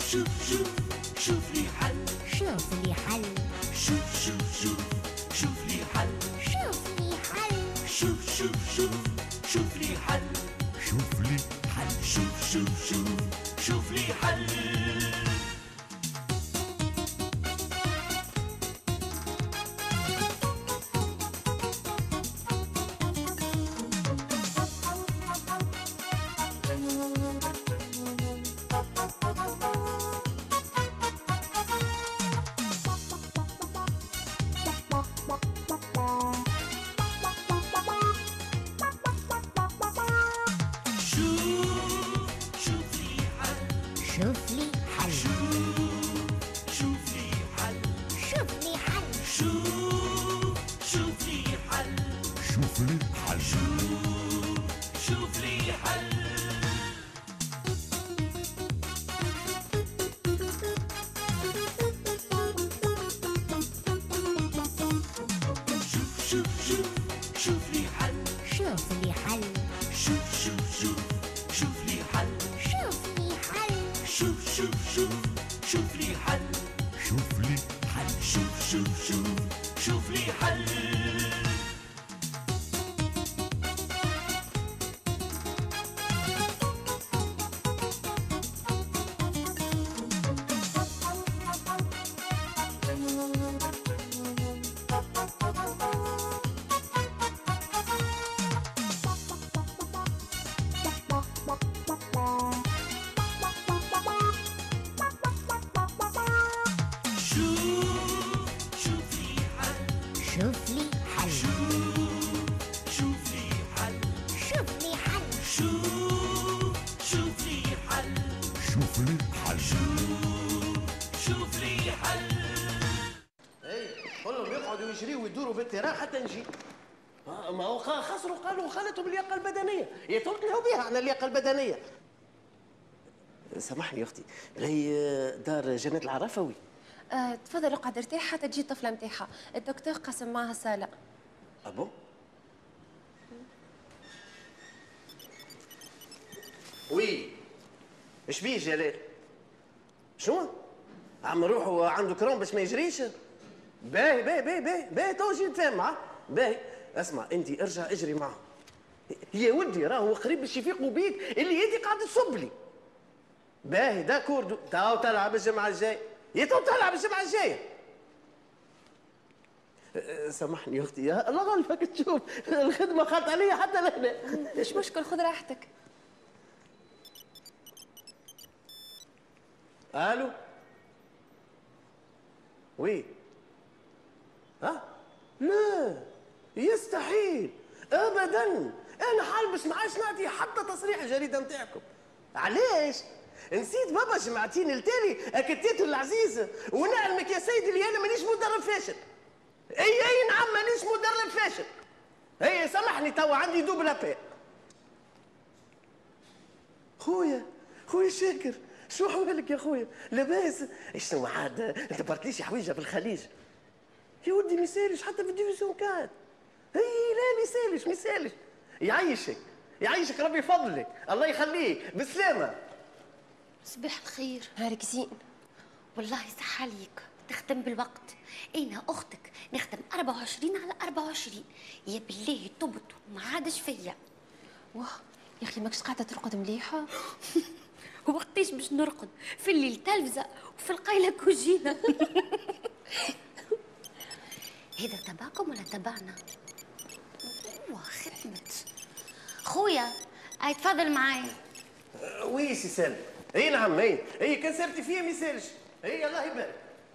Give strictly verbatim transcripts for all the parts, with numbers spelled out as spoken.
شوف شوف شوف لي حل، شوف لي حل، شوف شوف شوف شوف لي حل، شوف لي حل، شوف شوف شوف شوف لي حل، شوف لي حل، شوف شوف شوف شوف لي حل. شوف لي حل، شوف لي حل، شوف لي حل، شوف شوف لي حل، شوف لي حل، شوف شوف لي حل. شوف شوف شوف شوف لي حل، شوف لي حل، شوف شوف شوف شوف لي حل، شوف لي حل، شوف شوف شوف شوف لي حل، شوف لي حل، شوف شوف شوف شوف لي حل. شوف لي حل، شوف لي حل، شوف لي حل، شوف شوف لي حل، شوف لي حل، شوف لي حل. اي كلهم يقعدوا يجريوا ويدوروا بالتيران حتى نجي. آه، ما هو خ- خسروا قالوا خلتهم اللياقه البدنيه، يتطلعوا بها على اللياقه البدنيه. سامحني يا اختي، هي دار جنات العرفوي. آه، تفضل اقعد ارتاح حتى تجي الطفله نتاعها، الدكتور قسم معها صاله. ابو وي ايش بيه جلال؟ شنو؟ عم نروحوا عنده كرون باش ما يجريش؟ باهي باهي باهي باهي باهي تو جي نتفاهم معاه. باهي اسمع انت ارجع اجري معاه. يا ولدي راهو قريب باش يفيقوا بيك اللي انت قاعد تصب لي. باهي داكور تو تلعب الجمعه الجايه، يا تو تلعب الجمعه الجايه. أه، سامحني يا اختي، يا الله غلبك تشوف الخدمه خاطت عليا حتى لهنا. مش مشكل، خذ راحتك. الو وي ها لا يستحيل ابدا، انا حالبس ما عادش نعطي حتى تصريح الجريده نتاعكم. علاش؟ نسيت بابا جمعتين التالي اكتيتو العزيز ونعلمك يا سيدي اللي انا مانيش مدرب فاشل. اي اي نعم مانيش مدرب فاشل. هي سامحني توا عندي دوبل ابي. خويا خويا شاكر شو احوالك يا خويا؟ لاباس؟ شنو عاد انت بركليش حويجه في الخليج؟ يا ودي ما يسالش حتى في الديفيزيون كات. اي لا ما يسالش ما يسالش. يعيشك يعيشك ربي يفضلك الله يخليك بالسلامه. صباح الخير. نهارك زين. والله صح عليك تخدم بالوقت. انا اختك نخدم أربعة وعشرين على أربعة وعشرين. يا بالله تبت وما عادش فيا. واه يا اخي ماكش قاعده ترقد مليحه. وقتاش باش نرقد؟ في الليل تلفزه وفي القايله كوجينه. هذا تبعكم ولا تبعنا؟ ايوا خدمت. خويا اي تفضل معايا. وي سي سالم. اي نعم اي اي كان سالتي فيا ما يسالش. اي الله يبارك.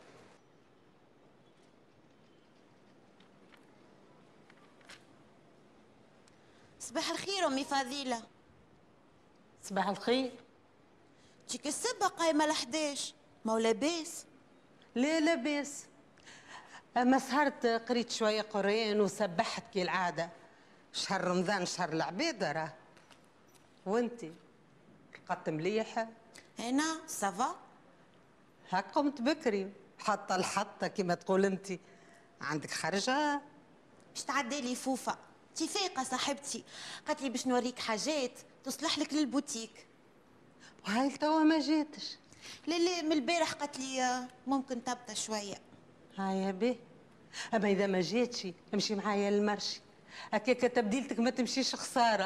صباح الخير أمي فضيلة. صباح الخير. تيك السبة قايمة لحداش، ما هو لاباس؟ لا لاباس، أما سهرت قريت شوية قرآن وسبحت كالعادة. شهر رمضان شهر العبادة راه. وانتي رقدت مليحة؟ أنا سافا. هاك قمت بكري حتى الحطة كما تقول انتي. عندك خرجة؟ باش تعدالي فوفا، تي فايقة صاحبتي، قالت لي باش نوريك حاجات تصلح لك للبوتيك. وهاي توا ما جاتش. لا لا من البارح قالت لي ممكن تبطى شويه. هيا بيه، اما اذا ما جيتش امشي معايا للمرشي، هكاك تبديلتك ما تمشيش خساره.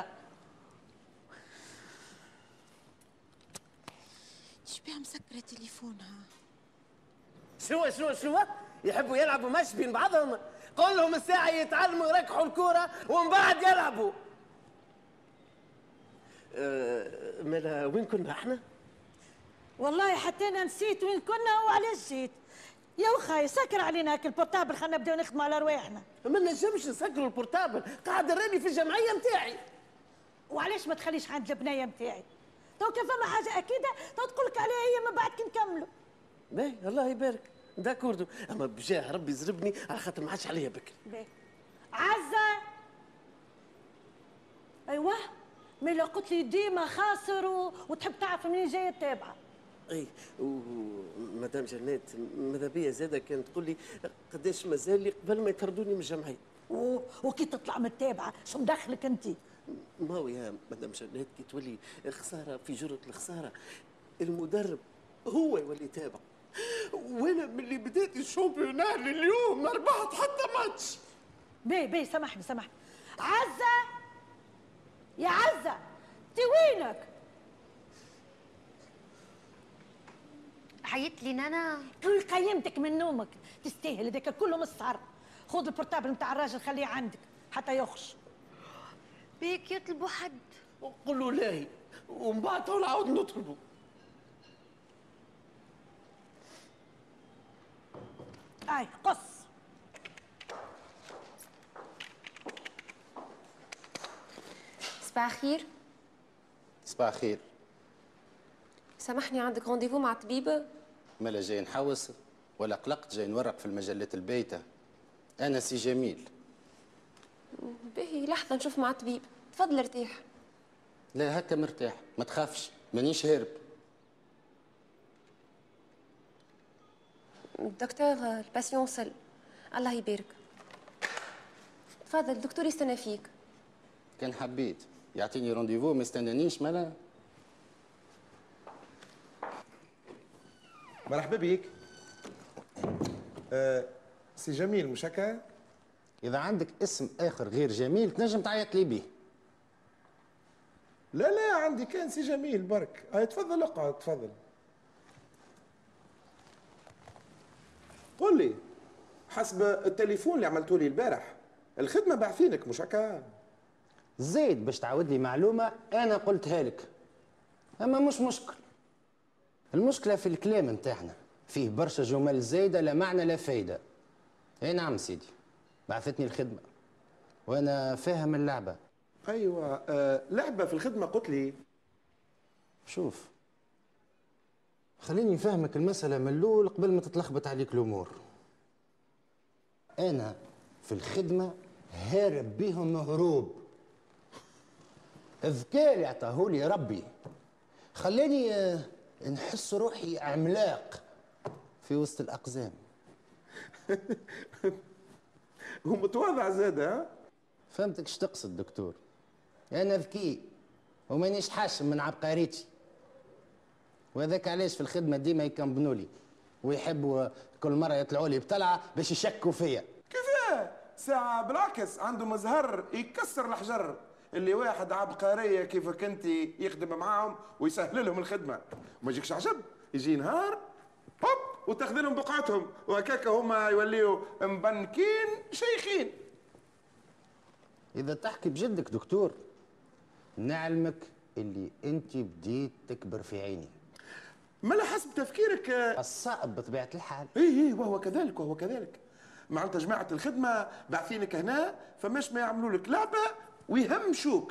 شبيها مسكره تليفونها؟ شنو شنو شنو يحبوا يلعبوا مش بين بعضهم؟ قول لهم الساعه يتعلموا يركحوا الكوره ومن بعد يلعبوا. أه مالا وين كنا احنا؟ والله حتى انا نسيت وين كنا وعلاش جيت. يا وخاي سكر علينا هاك البورتابل، خلينا نبداو نخدموا على رواحنا. ما نجمش نسكروا البورتابل، قاعد راني في الجمعيه نتاعي. وعلاش ما تخليش عند البنيه نتاعي؟ تو كان فما حاجه اكيده تو تقول لك عليها هي من بعد كي نكملوا. باهي الله يبارك داكوردو، اما بجاه ربي يزربني على خاطر ما عادش عليا بكري. باهي عزه. ايوه مي قلت لي ديما خاسر و... وتحب تعرف منين جايه التابعه. اي ومدام جنات ماذا بيا زاده كانت تقول لي قداش مازال لي قبل ما يطردوني من الجمعيه. و... وكي تطلع من التابعه شو مدخلك انت؟ ما هو يا مدام جنات كي تولي خساره في جرة الخساره المدرب هو يولي تابع، وانا من اللي بديت الشامبيونات لليوم ما ربحت حتى ماتش. بي بي سامحني سامحني. عزه يا عزه انت وينك؟ عيط لي نانا. قيمتك من نومك تستاهل هذاك كله من السهر. خذ البورتابل نتاع الراجل خليه عندك حتى يخرج. بيك يطلبوا حد. قول له لاهي ومن بعد تو نعاود نطلبوا. اي قص. صباح الخير. صباح الخير. سامحني عندك رونديفو مع الطبيبة؟ مالا جاي نحوس ولا قلقت جاي نورق في المجلات البايتة؟ أنا سي جميل. باهي لحظة نشوف مع الطبيب، تفضل ارتاح. لا هكا مرتاح، ما تخافش مانيش هارب. دكتور الباسيون وصل، الله يبارك. تفضل الدكتور يستنى فيك. كان حبيت يعطيني رونديفو ما يستنانيش مالا. مرحبا بك. أه سي جميل مش هكا؟ إذا عندك اسم آخر غير جميل تنجم تعيط لي بيه. لا لا عندي كان سي جميل برك. هاي تفضل اقعد تفضل. قول لي حسب التليفون اللي عملته لي البارح الخدمة باعثينك مش هكا؟ زيد باش تعاود لي معلومة أنا قلتها لك، أما مش مشكل. المشكلة في الكلام نتاعنا، فيه برشا جمل زايدة لا معنى لا فايدة. اي نعم سيدي، بعثتني الخدمة وأنا فاهم اللعبة. أيوة آه لعبة في الخدمة قلت لي. شوف خليني نفهمك المسألة من الأول قبل ما تتلخبط عليك الأمور. أنا في الخدمة هارب بيهم هروب. الذكاء اللي عطاهولي ربي خلاني آه نحس روحي عملاق في وسط الأقزام. ومتواضع زاد ها؟ فهمتك اش تقصد دكتور؟ أنا ذكي ومانيش حاشم من عبقريتي، وهذاك علاش في الخدمة ديما يكمبنوا لي ويحبوا كل مرة يطلعوا لي بطلعة باش يشكوا فيا. كيفاه؟ ساعة بالعكس عنده مزهر يكسر الحجر. اللي واحد عبقرية كيفك انت يخدم معاهم ويسهل لهم الخدمة، وما يجيكش عجب يجي نهار هوب وتاخذ لهم بقعتهم وهكاك هما يوليوا مبنكين شيخين. إذا تحكي بجدك دكتور نعلمك اللي انت بديت تكبر في عيني. ما حسب تفكيرك الصعب بطبيعة الحال. ايه ايه وهو كذلك وهو كذلك. معناتها جماعة الخدمة باعثينك هنا فماش ما يعملوا لك لعبة ويهمشوك.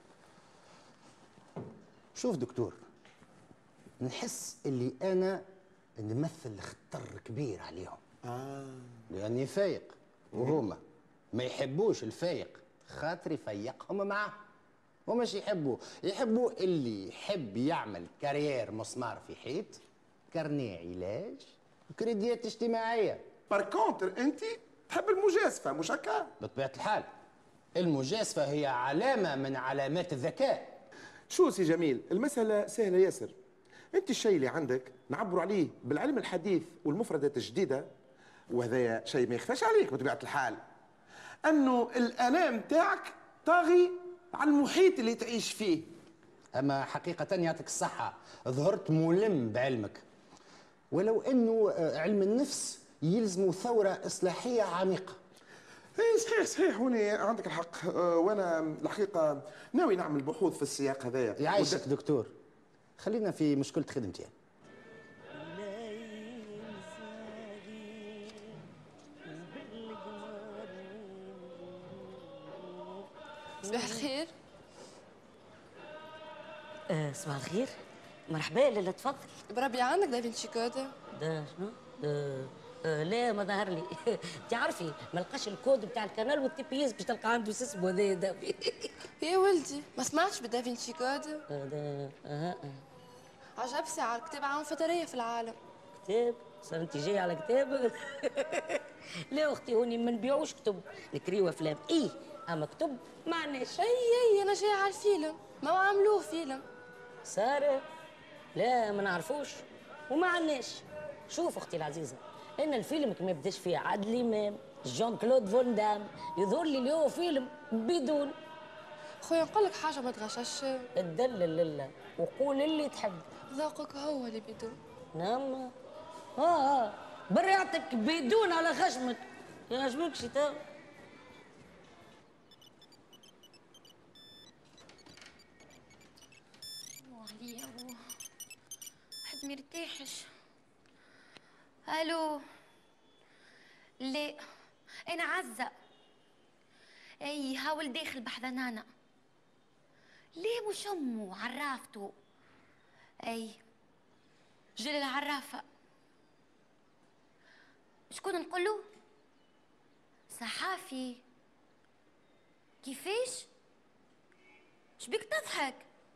شوف دكتور، نحس اللي انا نمثل خطر كبير عليهم. آه. لاني فايق وهما ما يحبوش الفايق خاطر يفيقهم معاه. وماش يحبوا يحبوا اللي يحب يعمل كارير مسمار في حيط، كارنيه علاج وكريديات اجتماعيه. باركونتر انت تحب المجازفه مش هكا؟ بطبيعه الحال المجازفه هي علامه من علامات الذكاء. شو سي جميل المساله سهله ياسر. انت الشيء اللي عندك نعبروا عليه بالعلم الحديث والمفردات الجديده، وهذا شيء ما يخفاش عليك بطبيعه الحال، انه الانا نتاعك طاغي على المحيط اللي تعيش فيه. اما حقيقه يعطيك الصحه ظهرت ملم بعلمك، ولو انه علم النفس يلزم ثوره اصلاحيه عميقه. اي صحيح صحيح، هوني عندك الحق. أه وانا الحقيقه ناوي نعمل بحوث في السياق هذايا. يعيشك ود... دكتور، خلينا في مشكله خدمتي. صباح الخير. آه صباح الخير، مرحبا. لاله تفضل. بربي عندك دافنشي كود؟ ده شنو؟ ده آه لا ما ظهر لي. تعرفي ما لقاش الكود بتاع القناه والتي بي اس باش تلقى عنده شو اسمه هذايا دافي. يا ولدي ما سمعتش بدافنشي كود؟ آه ده اه اه عجب ساعة الكتاب عام فترية في العالم. كتاب؟ صار انت جاي على كتاب؟ لا اختي هوني ما نبيعوش كتب، نكريو افلام. ايه اما كتب ما عندناش. اي اي انا جاي على الفيلم، ما عملوه فيلم. سارة لا ما نعرفوش وما عندناش. شوف اختي العزيزه، ان الفيلم كما يبداش فيه عادل امام، جون كلود فون دام، يظهر لي اللي هو فيلم بدون. خويا نقول لك حاجه ما تغشش. تدلل لله وقول اللي تحب. ذوقك هو اللي بدون. نعم. اه اه بريعتك بدون على خشمك، يعجبكش تو. عليا واحد ما يرتاحش. الو. لا انا عزة. اي هاول داخل بحذنانة. ليه مش امه عرافته؟ اي جل العرافة. شكون نقوله؟ صحافي. كيفاش؟ شبيك تضحك؟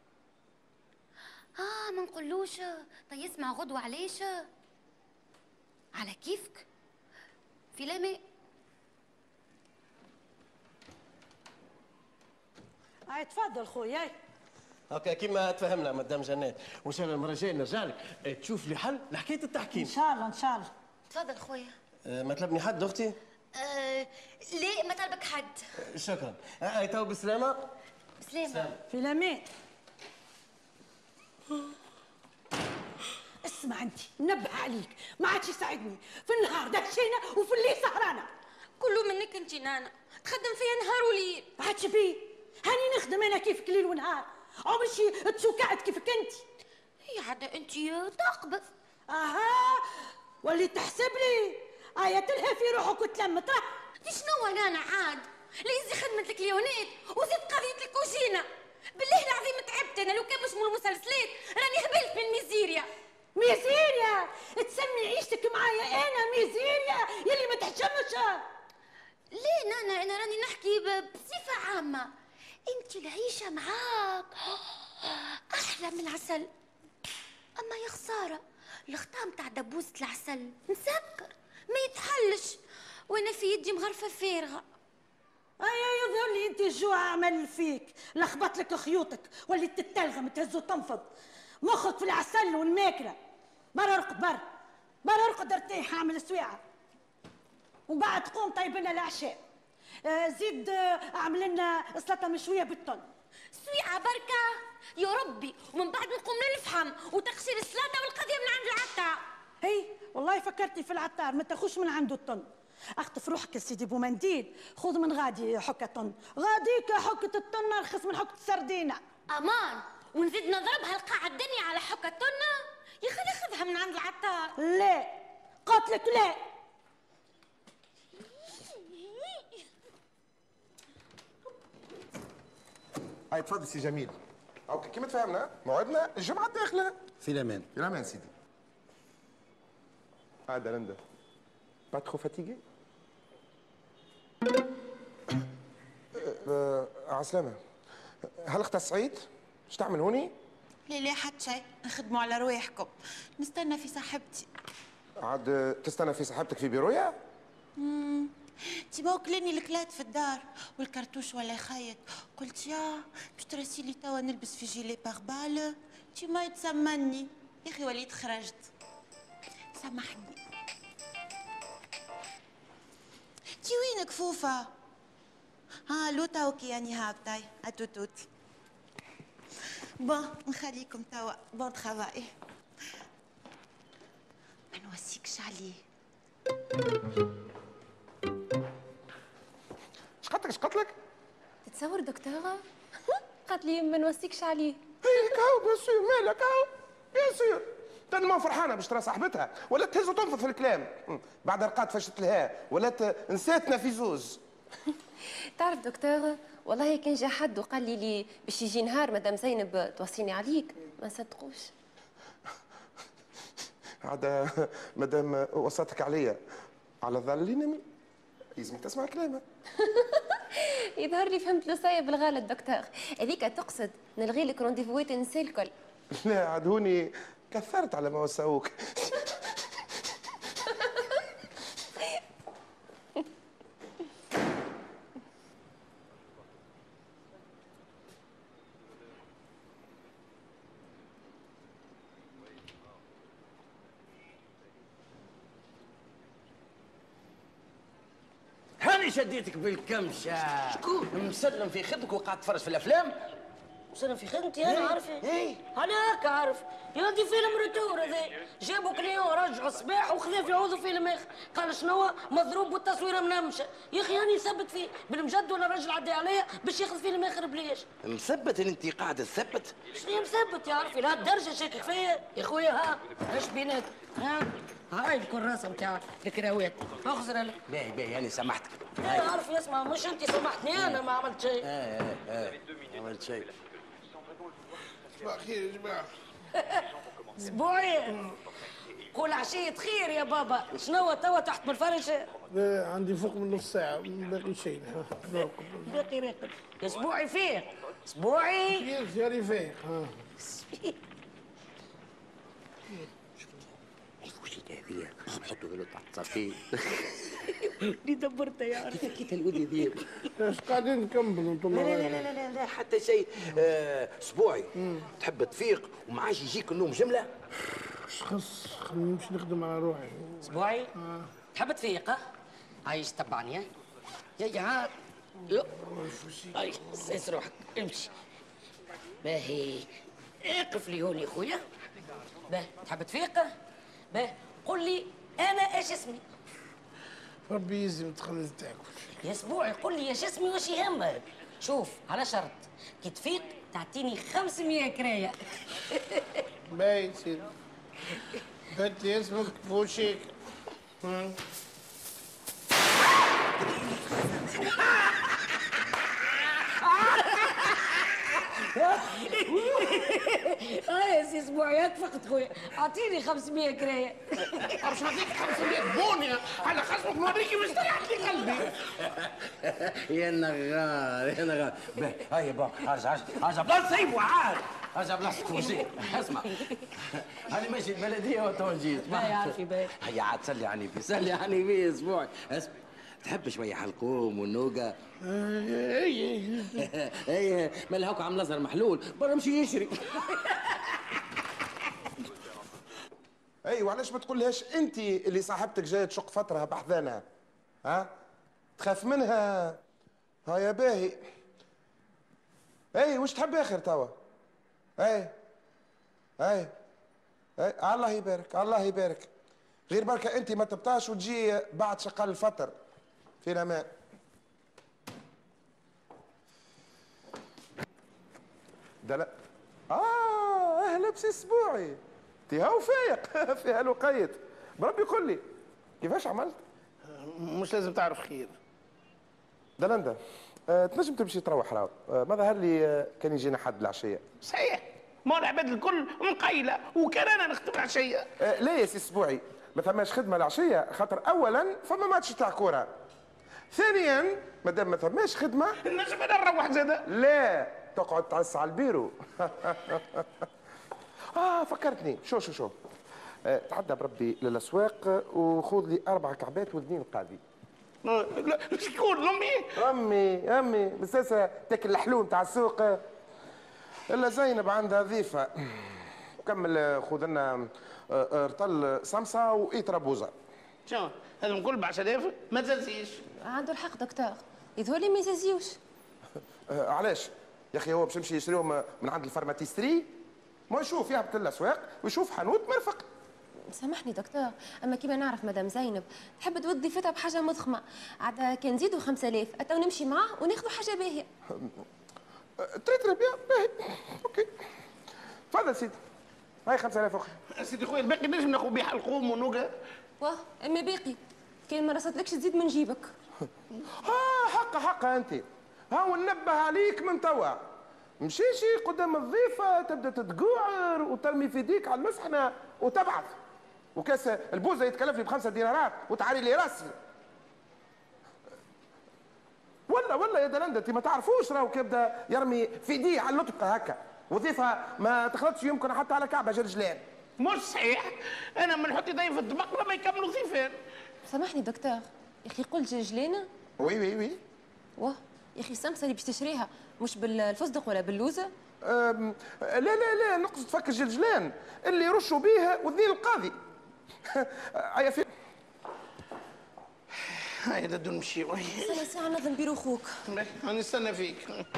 اه ما نقولوش. طيب يسمع غدوة. علاش؟ على كيفك في لامي. هاي تفضل خويا. هكا كيما تفهمنا مدام جنات، وان شاء الله المره الجايه نرجع لك تشوف لي حل لحكايه التحكيم. ان شاء الله ان شاء الله. تفضل خويا. أه ما طلبني حد اختي؟ أه لا ما طلبك حد. أه شكرا. هاي تو بسلامه. بسلامه. في الامان. اسمع انت نبه عليك، ما عادش يساعدني في النهار دهشينا وفي الليل سهرانه. كله منك انت نانا، تخدم فيا نهار وليل. ما عادش بيه، هاني نخدم انا كيفك ليل ونهار، عمري تسوكعت كيفك انت. هي عاده انت تقبض. اها واللي تحسب لي آية تلهى في روحك وتلمت. راه شنو نانا عاد؟ ليزي خدمة الكليونات وزيد قضية الكوزينة. بالله العظيم تعبت انا، لو كان مش من المسلسلات راني هبلت من ميزيريا. ميزيريا؟ تسمي عيشتك معايا انا ميزيريا يلي ما تحشمش؟ ليه نانا انا راني نحكي بصفة عامة. انت العيشة معاك احلى من العسل. اما يا خسارة الخطام تاع دبوسة العسل مسكر ما يتحلش، وانا في يدي مغرفة فارغة. ايا يظهر لي انت الجوع عمل فيك، لخبط لك خيوطك وليت تتلغم تهز وتنفض، مخك في العسل والماكله. برا ارقد برا برا ارقد ارتاح اعمل سويعه، وبعد تقوم طيب لنا العشاء. آه زيد آه اعمل لنا سلطه مشويه بالطن. سويعه بركه يا ربي، ومن بعد نقوم للفحم وتقشير السلطه والقضيه من عند العطار. هي والله فكرتي في العطار، ما تاخوش من عنده الطن. اخطف روحك يا سيدي بومنديل، خذ من غادي حكه طن، غاديك حكه الطن ارخص من حكه السردينه. امان ونزيد نضربها القاع الدنيا على حكه طن. يا اخي خذها من عند العطار. لا قلت لك لا. هاي تفضل سي جميل. اوكي كيما تفهمنا موعدنا الجمعه الداخله. في الامان. في الامان سيدي. عاد لندا با تخو فاتيغي. أه عسلامة. هل اخت سعيد؟ اش تعمل هوني؟ لا لا حتى شيء، نخدموا على رواحكم، نستنى في صاحبتي. عاد تستنى في صاحبتك في بيرويا؟ امم انتي ما وكلاني الكلات في الدار والكرتوش ولا يخيط، قلت يا باش ترسيلي توا نلبس في جيلي باغبال، انتي ما يتسمني. يا اخي وليت خرجت، سامحني. تي وينك فوفا؟ ها لوتا اوكي يعني هابطاي اتوتوت. بون نخليكم توا بون ترافاي. ما نوصيكش عليه. شقتك شقتلك؟ تتصور دكتورة؟ قالت لي ما نوصيكش عليه. هيك هاو بيان سور، مالك هاو بيان سور. تنمو فرحانه باش ترى صاحبتها ولا تهز وتنفض في الكلام بعد رقات فشت لها ولا نساتنا في زوز. تعرف دكتورة والله كان جا حد وقال لي لي باش يجي نهار مدام زينب توصيني عليك ما صدقوش. عاد مدام وصاتك عليا على ظل اللي نمي لازمك تسمع كلامها. يظهر لي فهمت لصاية بالغلط دكتور، هذيك تقصد نلغي لك رونديفوات النساء الكل. لا عاد هوني كثرت على ما وسعوك. هاني شديتك بالكمشة. شكون؟ مسلم في خدك وقاعد تفرج في الافلام. مسلم في خدمتي انا عارفه. اي هذاك عارف يا دي فيلم روتور هذا، جابوا كليون رجعوا الصباح وخذا في عوضه فيلم اخر، قال شنو مضروب والتصويره منمشه. يا اخي هاني نثبت فيه بالمجد ولا الراجل عدى عليا باش ياخذ فيلم اخر بلاش. مثبت اللي انت قاعد تثبت؟ شنو مثبت يا عارفي لهالدرجه شاكك فيا يا خويا. ها ايش بينات ها هاي الكراسه نتاع الكراوات اخزر لك. باهي باهي هاني سامحتك. يا عارفي اسمع مش انت سامحتني انا ما عملت شيء. اه اه اه ما عملت شيء. صباح الخير يا جماعه. اسبوعي قول عشية خير يا بابا. شنو توا تحت بالفرش؟ لا عندي فوق من نص ساعة باقي شيء. باقي راقد. اسبوعي فيق اسبوعي. كيف يا رفيق؟ ها هذه نحطوا له تحت الصفين. اللي دبرتها يا عارف. كيف الودي ذي؟ ايش قاعدين نكملوا انتم؟ لا لا لا لا لا حتى شيء. اسبوعي تحب تفيق ومعاش يجيك النوم جمله؟ ايش خص خليني نمشي نخدم على روحي. اسبوعي آه. تحب تفيق ها؟ عايش تبعني ها؟ يا جماعه يو هاي سيس روحك امشي. باهي اقف لي هون يا خويا. باهي تحب تفيق؟ باهي قول لي انا ايش اسمي؟ ربي يزي متخلص تاكل. يا اسبوعي قول لي ايش اسمي واش يهمك؟ شوف على شرط كي تفيق تعطيني خمسمية كرايه. باهي سيدي بات لي اسمك فوشيك. اه يا سي اسبوعي فقط خويا اعطيني خمسمية كرايه. باش نعطيك خمسمية بونية على خصمك نوريكي باش تريح لي قلبي. يا نغار يا نغار. باهي هيا با ارجع ارجع بلاصه سيبوا عاد ارجع بلاصتك وجيت. اسمع انا ماشي البلديه وتو جيت. باهي عارفي باهي. هيا عاد سلي على نبي سلي على نبي اسبوعي. اسمع تحب شويه حلقوم والنوقه؟ اي اي مال هاكا عم نظر محلول برا مشي يشري. اي وعلاش ما تقولهاش انت اللي صاحبتك جايه تشق فتره بحذانها؟ ها تخاف منها؟ ها يا باهي. اي وش تحب اخر توا؟ اي اي اي الله يبارك الله يبارك. غير بركه انت ما تبطاش وتجي بعد شقال الفطر فينا ماء. ده لا اه اهلا بسي اسبوعي. انت هاو فايق في هالوقيت. بربي قول لي كيفاش عملت؟ مش لازم تعرف خير. دلندا أه تنجم تمشي تروح راهو. أه ما ظهر لي أه كان يجينا حد العشيه. صحيح ما العباد الكل مقيله وكان انا نخدم العشيه. أه لا يا سي اسبوعي ما ثماش خدمه العشيه خاطر اولا فما ماتش تاع كوره. ثانيا مادام ما ثماش خدمه نجم انا نروح زاده. لا تقعد تعس على البيرو. اه فكرتني شو شو شو أه تعدى بربي للاسواق وخذ لي اربع كعبات واثنين قاضي. لا شكون امي؟ امي امي بساسه تاكل الحلوم تاع السوق. الا زينب عندها ضيفه وكمل خذ لنا رطل سمسه وايترا بوزه. شو هذا الكل ب عشرة آلاف ما تزازيش. عنده الحق دكتور، يظهر لي ما يزازيوش. آه علاش؟ يا اخي هو باش يمشي يشريهم من عند الفارماتيستري، ما يشوف يهبط للاسواق ويشوف حانوت مرفق. سامحني دكتور، اما كيما نعرف مدام زينب تحب تودي فتها بحاجه مضخمه، عاد كان نزيدوا خمسة آلاف اتو نمشي معاه وناخذوا حاجه باهيه. تري تري بيان باهي اوكي. تفضل سيدي، هاي خمسة آلاف اخرى. سيدي خويا الباقي نجم ناخذ بيه حلقوم ونوقه. واه اما باقي كان ما رصدلكش تزيد من جيبك. ها حقا حقا انت، ها ننبه عليك من توا، مشيشي قدام الضيفه تبدا تتقوعر وترمي في يديك على المسحنه وتبعث، وكاس البوزه يتكلف لي بخمسه دينارات وتعالي لي راسي. ولا ولا يا دلندا انت ما تعرفوش راهو كيبدا يرمي في يديه على اللطقه هكا، وظيفه ما تخلطش يمكن حتى على كعبه جرجلان. مش صحيح، انا من نحط يدي في الطبق لما يكملوا ضيفين. سامحني دكتور، يا اخي قلت جرجلانه؟ وي وي وي. واه يا اخي السمسه اللي باش تشريها مش بالفستق ولا باللوزه؟ لا لا لا نقصد فك الجلجلان اللي يرشوا بيه وذنين القاضي. هيا في هاي ندو نمشيو. استنى ساعه نظم بيرو خوك. انا نستنى فيك.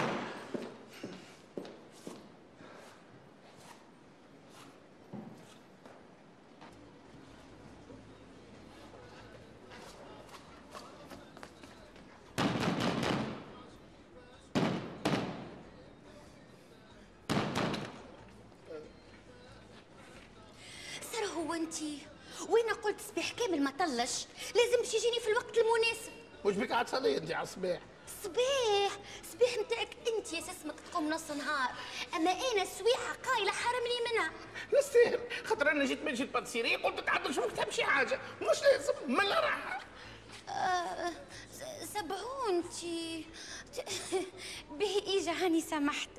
هو انتي وين قلت صباح كامل ما طلش، لازم باش يجيني في الوقت المناسب. واش بك عاد تصلي انت على الصباح؟ صباح صباح نتاعك انت يا اسمك تقوم نص نهار، اما انا سويعه قايله حرمني منها. نستاهل خاطر انا جيت ماشي الباتسيري قلت تعدل شوف تحب شي حاجه، مش لازم من راحه. آه سبعون انتي به اجا هاني سامحتك.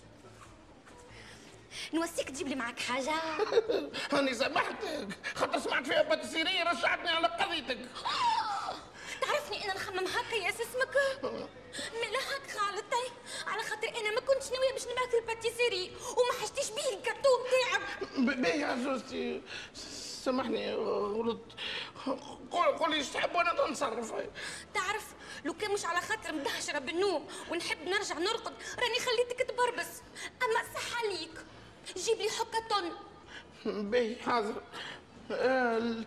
نوصيك تجيب لي معك حاجة. هاني سامحتك خاطر سمعت فيها باتسيري رجعتني على قضيتك. تعرفني انا نخمم هكا يا اسمك؟ ملا هاك خالتي على خاطر انا ما كنتش ناويه باش نبعث الباتيسيري وما حشتيش بيه الكاتو بتاعك. باهي يا زوجتي سامحني غلط، قولي ايش تحب وانا نتصرف. تعرف لو كان مش على خاطر مدهشره بالنوم ونحب نرجع نرقد راني خليتك تبربس، اما صح عليك جيب لي حكه طن. باهي حاضر. آه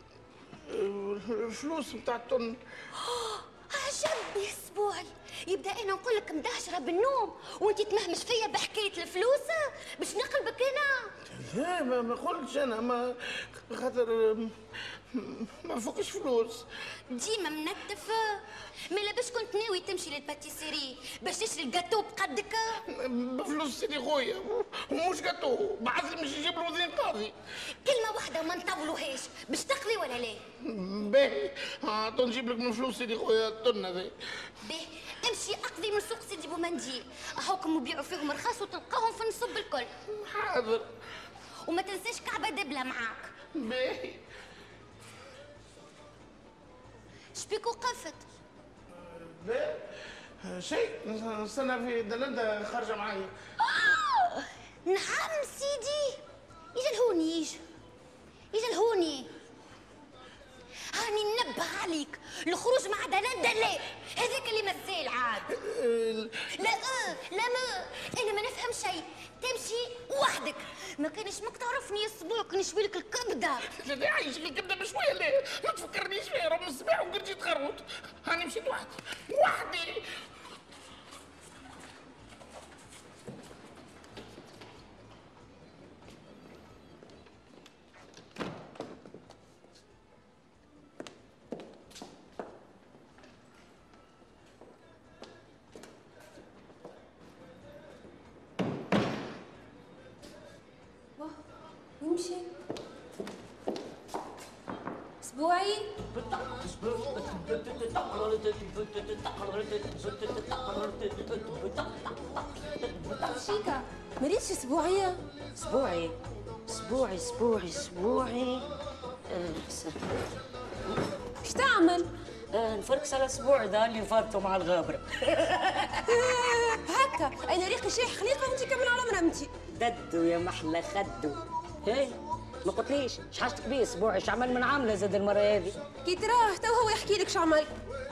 الفلوس نتاع الطن. عجبني اسبوعي، يبدا انا نقول لك مدهشره بالنوم وانت تمهمش فيا بحكايه الفلوس باش نقلبك انا. لا ما ما قلتش انا، ما خاطر ما فوقش فلوس. ديما منتف، مالا باش كنت ناوي تمشي للباتيسيري باش تشري الجاتو بقدك؟ بفلوس سيدي خويا ومش جاتو، بعث لي باش يجيب له وزين قاضي. كلمة واحدة وما نطولوهاش، باش تقضي ولا لا؟ باهي ها نجيب لك من فلوس سيدي خويا الطن هذي. باهي امشي اقضي من سوق سيدي بومنديل، هاكم يبيعوا فيهم رخاص وتلقاهم في النصب الكل. حاضر. وما تنساش كعبة دبلة معاك. باهي. شبيك وقفت؟ لا شيء نستنى في دلندا خارجه معايا. آه نعم سيدي، يجي لهوني يجي يجي لهوني. هاني ننبه عليك الخروج مع دلندا لا، هذاك اللي مازال عاد. لا اه لا ما انا ما نفهم شيء، تمشي وحدك، ما كانش ماك تعرفني الصبوع كان يشوي لك الكبده. لا لا عايش لي الكبده بشويه لا ما تفكرنيش فيها، راه من الصباح وقرجي تخروط. هاني مشيت وحدي وحدي. نمشي اسبوعي. شيكا مريتش اسبوعيه؟ اسبوعي اسبوعي اسبوعي اسبوعي. ايش تعمل؟ آه نفركس على اسبوع ذا اللي فاتوا مع الغابره. هكا انا ريقي شايح خليقه وانت كمان على مرمتي. ددو يا محلى خدو. هي ما قلتليش اش حاجتك بيه اسبوع، اش عمل من عامله زاد المره هذه؟ كي تراه تو هو يحكي لك شو عمل.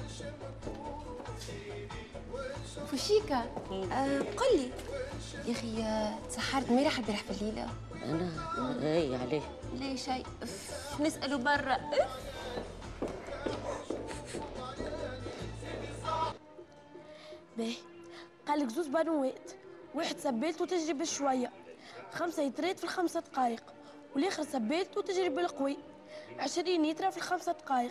فوشيكا آه قل لي يا اخي تسحرت ميرح البارح في الليله. انا اي عليه لا شيء نساله برا. باهي قال لك زوز بنوات، واحد سبالت وتجري بالشويه، خمسه يترات في الخمسه دقائق، والاخر سبالت وتجري بالقوي، عشرين يترا في الخمسه دقائق.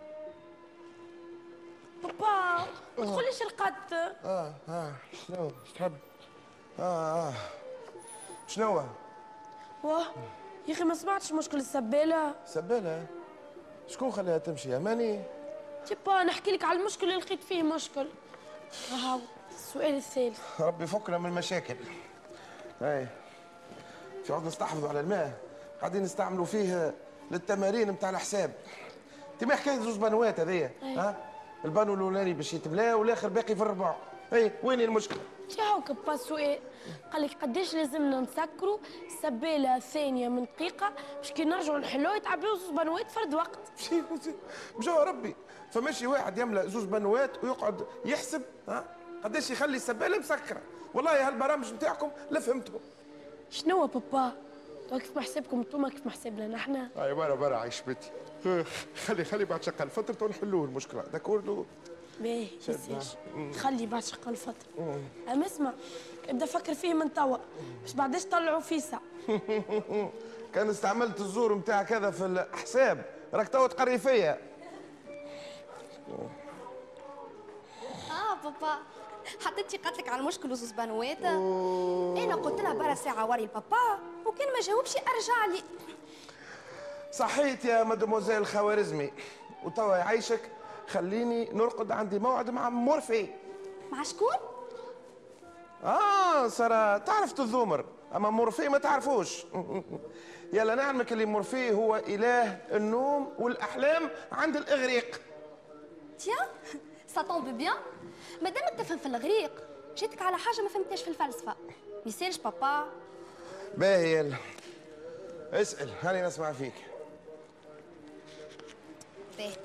بابا ما تقوليش رقدت. اه اه شنو اش تحب؟ اه اه شنو؟ واه يا اخي ما سمعتش مشكل السباله. سبالة؟ شكون خليها تمشي؟ اماني؟ تبا نحكي لك على المشكل اللي لقيت فيه مشكل. هاو السؤال الثالث. ربي يفكنا من المشاكل. اي في عود نستحفظوا على الماء قاعدين نستعملوا فيه للتمارين نتاع الحساب. انت ما حكايه زوز بنوات هذيا؟ ها؟ البانو الاولاني باش يتملا والاخر باقي في الربع. اي وين المشكله؟ هاو كبا السؤال قال لك قداش لازمنا نسكروا السباله ثانيه من دقيقه باش كي نرجعوا نحلوه يتعبوا زوز بنوات فرد وقت. بجو ربي فماشي واحد يملا زوز بنوات ويقعد يحسب ها قداش يخلي السباله مسكره. والله هالبرامج نتاعكم لا فهمتهم. شنو بابا؟ تو كيف ما حسابكم انتوما كيف ما حسابنا نحن؟ اي برا برا عايش بيتي. خلي خلي بعد شقه الفتره ونحلوه المشكله داكوردو. باهي يسيش خلي بعد شقه الفتره. اما اسمع ابدا فكر فيه من توا باش بعداش طلعوا فيسا. كان استعملت الزور نتاعك هذا في الحساب راك توا تقري فيا. اه بابا حطيتي قالت على المشكل وزوز بنوات. انا قلت لها برا ساعه وري البابا وكان ما جاوبش ارجع لي. صحيت يا مدموزيل الخوارزمي وتوا يعيشك خليني نرقد عندي موعد مع مورفي. مع شكون؟ اه سارة تعرف تذومر اما مورفي ما تعرفوش. يلا نعلمك اللي مورفي هو اله النوم والاحلام عند الاغريق. تيا سا طومب بيان مادامك تفهم في الاغريق جيتك على حاجه ما فهمتهاش في الفلسفه. ما يصيرش بابا. باهي يلا اسال هاني نسمع فيك. باهي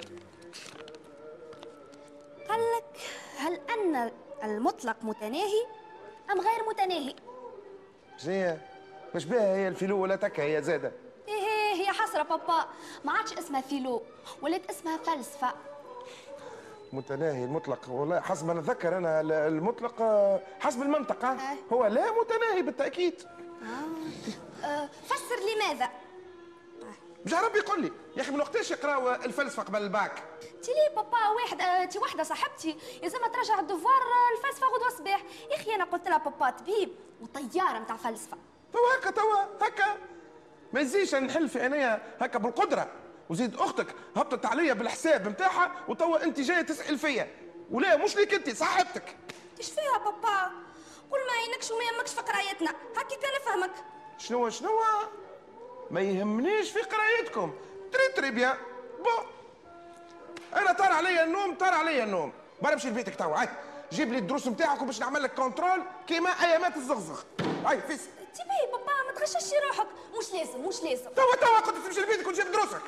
قال لك هل ان المطلق متناهي ام غير متناهي؟ شنو مش بها هي الفيلو ولا تكا هي زاده؟ ايه هي حسره بابا ما عادش اسمها فيلو ولات اسمها فلسفه. متناهي المطلق والله حسب ما نتذكر انا المطلق حسب المنطقه هو لا متناهي بالتاكيد. آه. آه فسر لماذا؟ مش ربي يقول لي يا اخي من وقتاش يقراو الفلسفه قبل الباك؟ تي لي بابا واحد آه تي وحده صاحبتي يلزمها ترجع الدوفوار الفلسفه غدوه صباح. يا اخي انا قلت لها بابا طبيب وطياره نتاع فلسفه. توا هكا توا هكا ما يزيش نحل في عينيا هكا بالقدره وزيد اختك هبطت عليا بالحساب نتاعها وتوا انت جايه تسال فيا ولا مش ليك انت صاحبتك. ايش فيها بابا؟ قول ما عينكش وما يهمكش في قرايتنا هكي كان افهمك. شنو شنو ما يهمنيش في قرايتكم تري تري بيان بون. انا طار عليا النوم طار عليا النوم برا امشي لبيتك توا. هاي جيب لي الدروس نتاعك باش نعمل لك كونترول كيما ايامات الزغزغ. هاي فيس تبي بابا ما تغشش روحك. مش لازم مش لازم. توا توا قلت تمشي لبيتك وتجيب دروسك.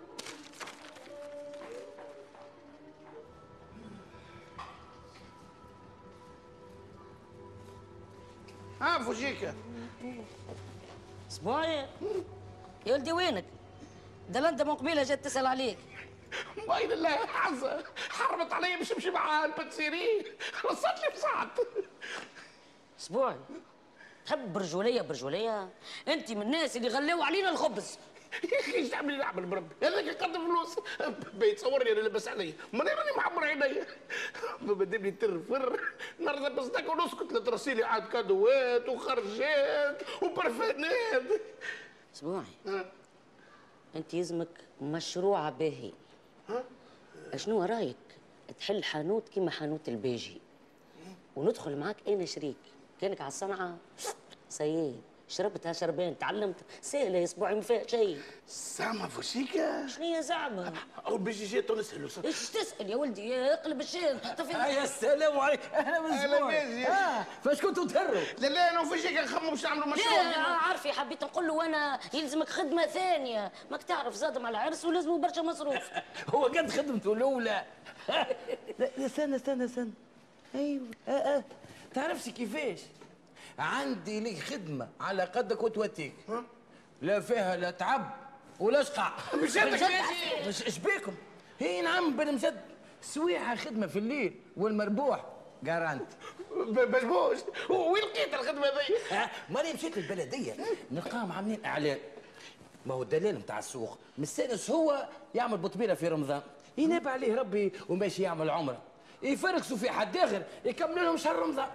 ها فوجيكا اسبوعي يا ولدي وينك؟ دلنت من قبيله جات تسال عليك. باين الله حظ حرمت علي باش نمشي معاها البنسيري خلصت لي بساعة. اسبوعي تحب برجوليه برجوليه؟ انت من الناس اللي غلاو علينا الخبز. يا اخي ايش تعمل نعمل بربي؟ هذاك يقدم فلوس بيتصورني انا لاباس عليا، ما انا راني معمر عينيا. بدبني ترفر نرضى بصدق ونسكت لا ترسيلي عاد كادوات وخرجات وبرفانات. اسبوعي انت يلزمك مشروع باهي. شنو رايك تحل حانوت كيما حانوت الباجي وندخل معاك انا شريك كانك على الصنعه سيد شربتها شربين تعلمت سهله اسبوعي ما فيها شيء. زعما فوشيكا؟ شنو هي زعما؟ او بيجيجيتو نسالو. ايش تسال يا ولدي؟ اقلب الشيء طفي. يا سلام عليك، اهلا بالاسبوع. اه فاش كنتوا تهروا؟ لا لا انا وفوشيكا نخمموا باش نعملوا مشروع. لا عارفي حبيت نقول له انا يلزمك خدمه ثانيه، ماك تعرف زادهم على العرس ولازموا برشا مصروف. هو قد خدمته الاولى. لا لا استنى استنى استنى. ايوه اه اه تعرفش كيفاش؟ عندي لك خدمة على قدك وتوتيك، لا فيها لا تعب ولا شقع. بجدك مش ايش بيكم؟ هي نعم بالمجد، سويعة خدمة في الليل والمربوح جارانت. بجبوش وين لقيت الخدمة ذي؟ ماني مشيت للبلدية نلقاهم عاملين إعلان. ما هو الدلال نتاع السوق مستانس هو يعمل بطبيلة في رمضان، يناب عليه ربي وماشي يعمل عمرة، يفركسوا في حد آخر يكملوا لهم شهر رمضان.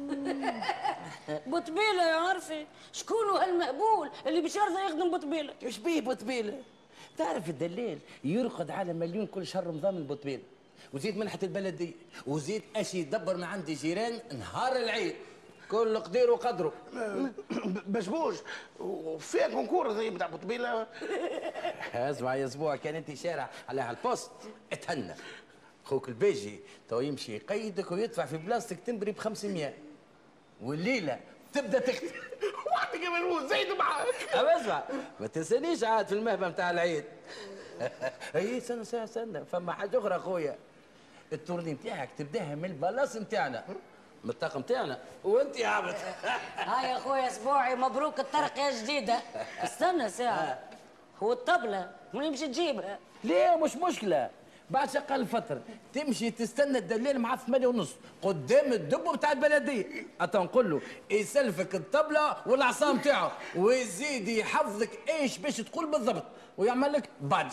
بطبيله يا عرفي، شكون هالمقبول اللي باش يرضى يخدم بطبيله؟ ايش بيه بطبيله؟ تعرف الدلال يرقد على مليون كل شهر رمضان من بطبيله، وزيد منحة البلدية، وزيد اشي يدبر من عندي جيران نهار العيد، كل قدير وقدره. بشبوش وفيها كونكور زي بتاع بطبيله. اسمع يا اسبوع، كان انت شارع على هالبوست اتهنى. خوك البيجي تو يمشي يقيدك ويدفع في بلاستيك تمبري ب خمسمية، والليله تبدا تختم. واحد كمان هو زايد معاك. أما اسمع ما تنسانيش عاد في المهبه نتاع العيد. اي استنى استنى استنى فما حاجه اخرى اخويا، التورني نتاعك تبداها من البلاص نتاعنا، من الطاقم نتاعنا، وانت يا عبد. هاي يا اخويا اسبوعي مبروك الترقيه جديده. استنى ساعه، هو الطبله منين باش تجيبها؟ ليه مش مشكله، بعد شقال الفطر تمشي تستنى الدلال مع ثمانية ونص قدام الدب بتاع البلديه، حتى نقول له يسلفك الطبله والعصا نتاعو ويزيد يحفظك ايش باش تقول بالضبط ويعمل لك بادج.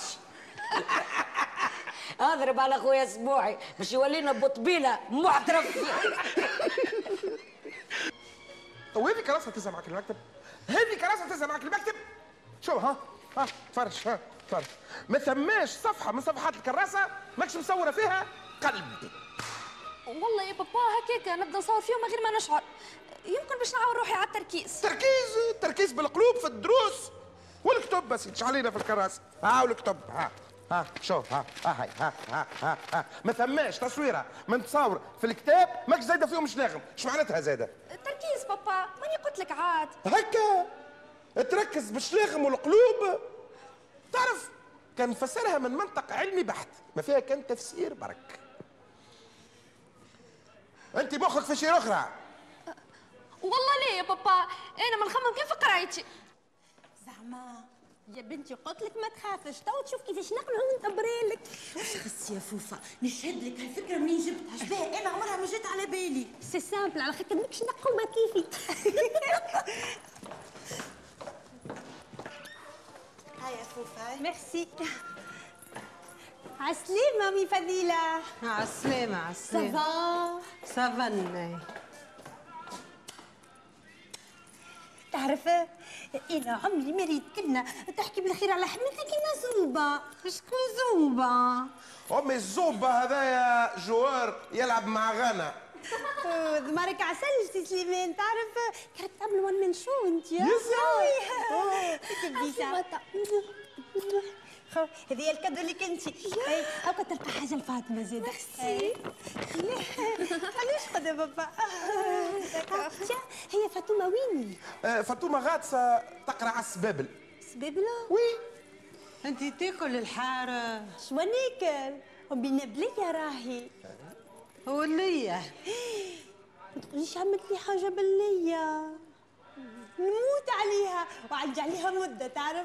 اضرب على اخويا اسبوعي باش يولينا بطبيله محترف. وهذه كراسه تهزها معك المكتب؟ هذه كراسه تهزها معك المكتب؟ شوف ها ها تفرج ها تفرج، ما ثماش صفحه من صفحات الكراسه ماكش مصوره فيها قلب. والله يا بابا هكاك نبدا نصور فيهم من غير ما نشعر، يمكن باش نعاون روحي على التركيز. تركيز التركيز بالقلوب في الدروس والكتب بس يتش علينا في الكراسه. ها والكتب ها ها شوف ها ها هاي ها ها ها ها ما ثماش تصويره من تصاور في الكتاب ماكش زايده فيهم شناغم. ايش معناتها زايده؟ التركيز بابا ماني قلت لك عاد. هكا تركز بالشلاغم والقلوب. تعرف كان نفسرها من منطق علمي بحت، ما فيها كان تفسير برك. انت مخك في شيء اخرى. والله ليه يا بابا انا ما نخمم كيف قرايتي. زعما يا بنتي قلت لك ما تخافش، تو تشوف كيفاش نقنعو وندبري لك. خص يا فوفا نشهد لك هالفكره منين جبتها؟ شبيه انا عمرها ما جات على بالي. سي سامبل على خاطر ماكش نقومه كيفي. هاي يا فوفا. ميرسي. عالسلامة مي فضيلة. عالسلامة عالسلامة. سافا سافا. تعرف انا عمري ما ريت كلنا تحكي بالخير على حماتها كيما زوبه. شكون زوبه؟ امي الزوبه هذايا جوار يلعب مع غانا. دمارك عسل سي سليمان. تعرف كانت تعمل وان مان شو انت يا سوي. هذه هي الكادو اللي كنتي هاكا تلقى حاجه لفاطمه زيد. ميرسي. علاش خذا بابا؟ هي فاطمه وين؟ فاطمه غاطسه تقرا على السبابل. سبابله؟ وي. انت تاكل الحاره؟ شو ناكل؟ وبينا بلية راهي. ولية؟ ما تقوليش عملت لي حاجه باللية نموت عليها وعندي عليها مده تعرف.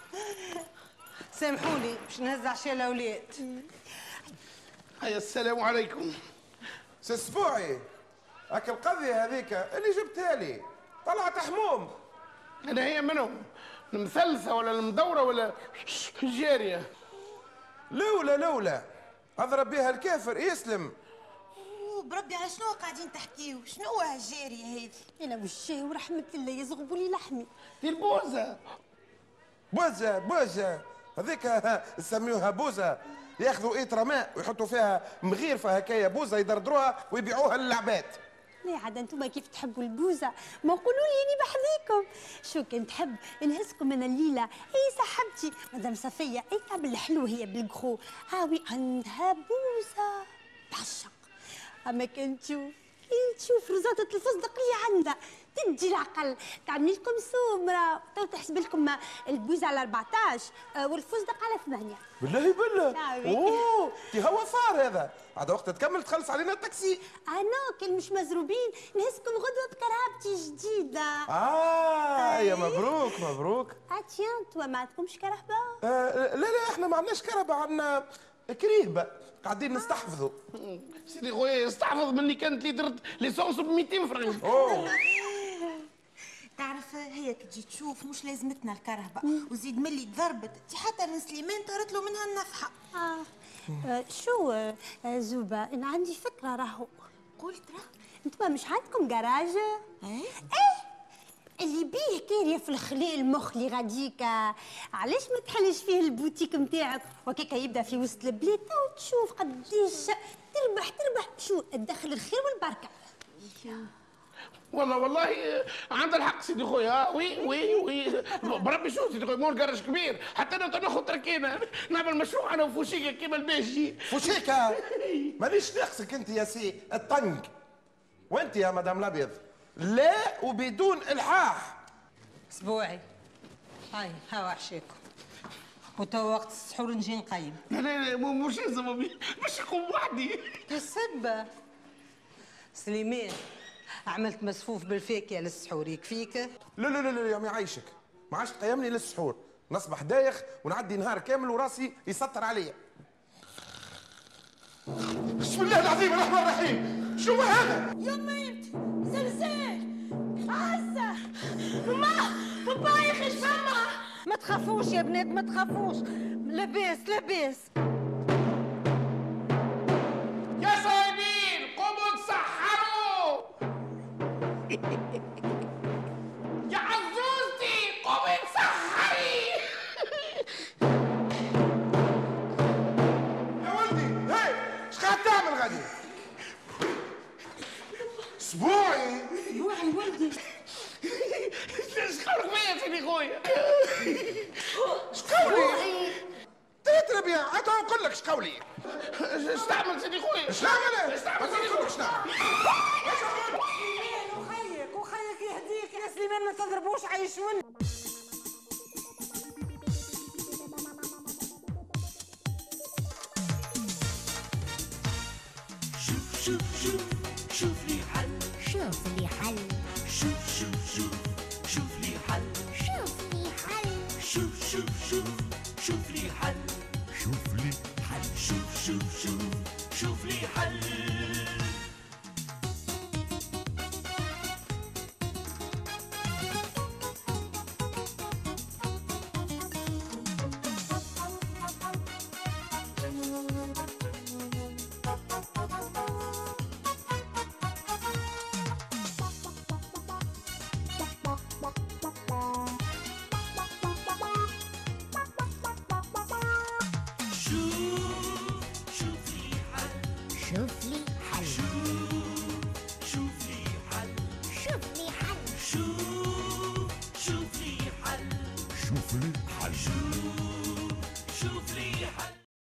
سامحوني باش نهز عشاء الاولاد. هيا السلام عليكم. سي اسبوعي هاك القضيه هذيك اللي جبتها لي طلعت حموم. انا هي منهم المثلثه ولا المدوره ولا الجاريه؟ لولا لولا اضرب بها الكافر يسلم. بربي على شنو قاعدين تحكيو؟ شنو هالجاريه هذه؟ انا والشاي ورحمه الله يزغبوا لي لحمي. دي البوزه. بوزه بوزه هذيك يسميوها بوزه، ياخذوا ايترا ماء ويحطوا فيها مغيرفه هكايا بوزه يدردروها ويبيعوها للعباد. لا عاد انتم كيف تحبوا البوزه، ما قولوا لي اني بحذيكم. شو كنت تحب نهزكم انا الليله. اي صاحبتي مدام صفيه، اي قبل الحلو هي بالكخو، هاوي عندها بوزه بعشق. اما كنت تشوف تشوف رزازه الفستق اللي عندها تدي العقل، تعمل لكم سمره تو تحسب لكم البوزه على أربعطاش والفستق على ثمانية. بالله بالله. اوه تي هو صار هذا، عاد وقت تكمل تخلص علينا التاكسي. انا كان مش مزروبين نهزكم غدوه بكرهبتي جديده. اه يا مبروك مبروك. اتيان انتوا ما عندكمش كرهبه؟ آه لا لا احنا ما عندناش كرهبه، عندنا كريهبه قاعدين نستحفظوا. سيدي خويا استحفظ مني كانت لي درت ليسونس ب مئتين فرنك. اوه تعرف هي كي تجي تشوف مش لازمتنا الكرهبه، وزيد ملي تضربت تي حتى لسليمان طارت له منها النفحه. آه. آه شو آه زوبه، انا عندي فكره راهو. قلت راه انتوا مش عندكم جراج؟ ايه ايه اللي بيه كاريه في الخليل المخلي غاديك، علاش ما تحلش فيه البوتيك نتاعك وكيكا يبدا في وسط البلاد وتشوف قديش تربح تربح. شو تدخل الخير والبركه. والله والله عند الحق سيدي خويا. وي وي وي بربي شو سيدي خويا، مول كراج كبير، حتى انا ناخذ تركينه نعمل مشروع انا وفوشيكا كيما الباشي. فوشيكا مانيش ناقصك انت يا سي الطنق، وانت يا مدام الابيض لا وبدون الحاح. اسبوعي هاي هاو عشاكم، وتوا وقت السحور نجي نقيم. لا لا لا مش لازم باش نقوم وحدي. تسبة سليمان، عملت مسفوف بالفاكهه للسحور يكفيك؟ لا لا لا لا يا عمي عايشك، ما عادش تقيمني للسحور، نصبح دايخ ونعدي نهار كامل وراسي يسطر عليا. بسم الله العظيم الرحمن الرحيم، شو هذا؟ يما انت زلزال عزة ماما بابا يخش فما. ما تخافوش يا بنات ما تخافوش، لاباس لاباس. يا صايبين قوموا تسحروا. يا عزوزتي قومي تسحري. يا ولدي هاي ايش قاعد تعمل غادي؟ اسبوعي اسبوعي ولدي ايش قولك فيا سيدي خويا؟ ايش قولي؟ تريت ربيع عاد نقول لك ايش قولي؟ ايش تعمل سيدي خويا؟ ايش نعمل؟ ايش تعمل سيدي خويا؟ ايش نعمل؟ سليمان وخيك وخيك يهديك يا سليمان، ما تضربوش عيشون. شوف شوف شوف شوف لي حل. شوف لي حل. شوف شوف شوف شوف لي حل. شوف لي حل. شوف شوف شوف شوف لي حل. شوف لي حل. شوف شوف شوف شوف لي حل. شوف